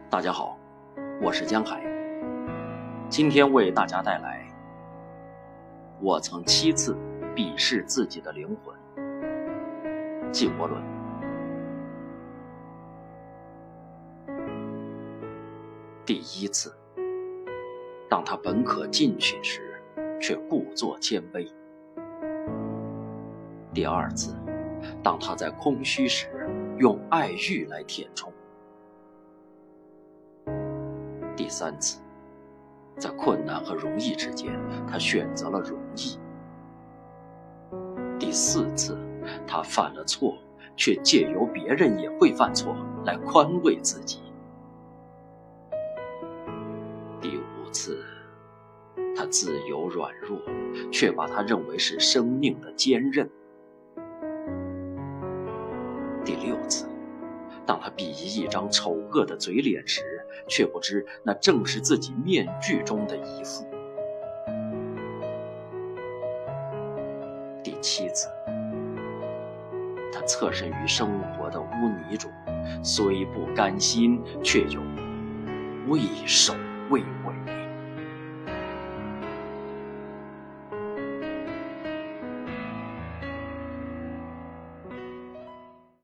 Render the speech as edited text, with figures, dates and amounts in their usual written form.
大家好，我是江海，今天为大家带来我曾7次鄙视自己的灵魂，纪伯伦。第1次，当他本可进取时，却故作谦卑；第2次，当他在空虚时，用爱欲来填充；第3次，在困难和容易之间，他选择了容易；第4次，他犯了错，却借由别人也会犯错来宽慰自己；第5次，他自由软弱，却把它认为是生命的坚韧；第6次，当他鄙夷一张丑恶的嘴脸时，却不知那正是自己面具中的一副；第7次，他侧身于生活的污泥中，虽不甘心，却又畏首畏尾。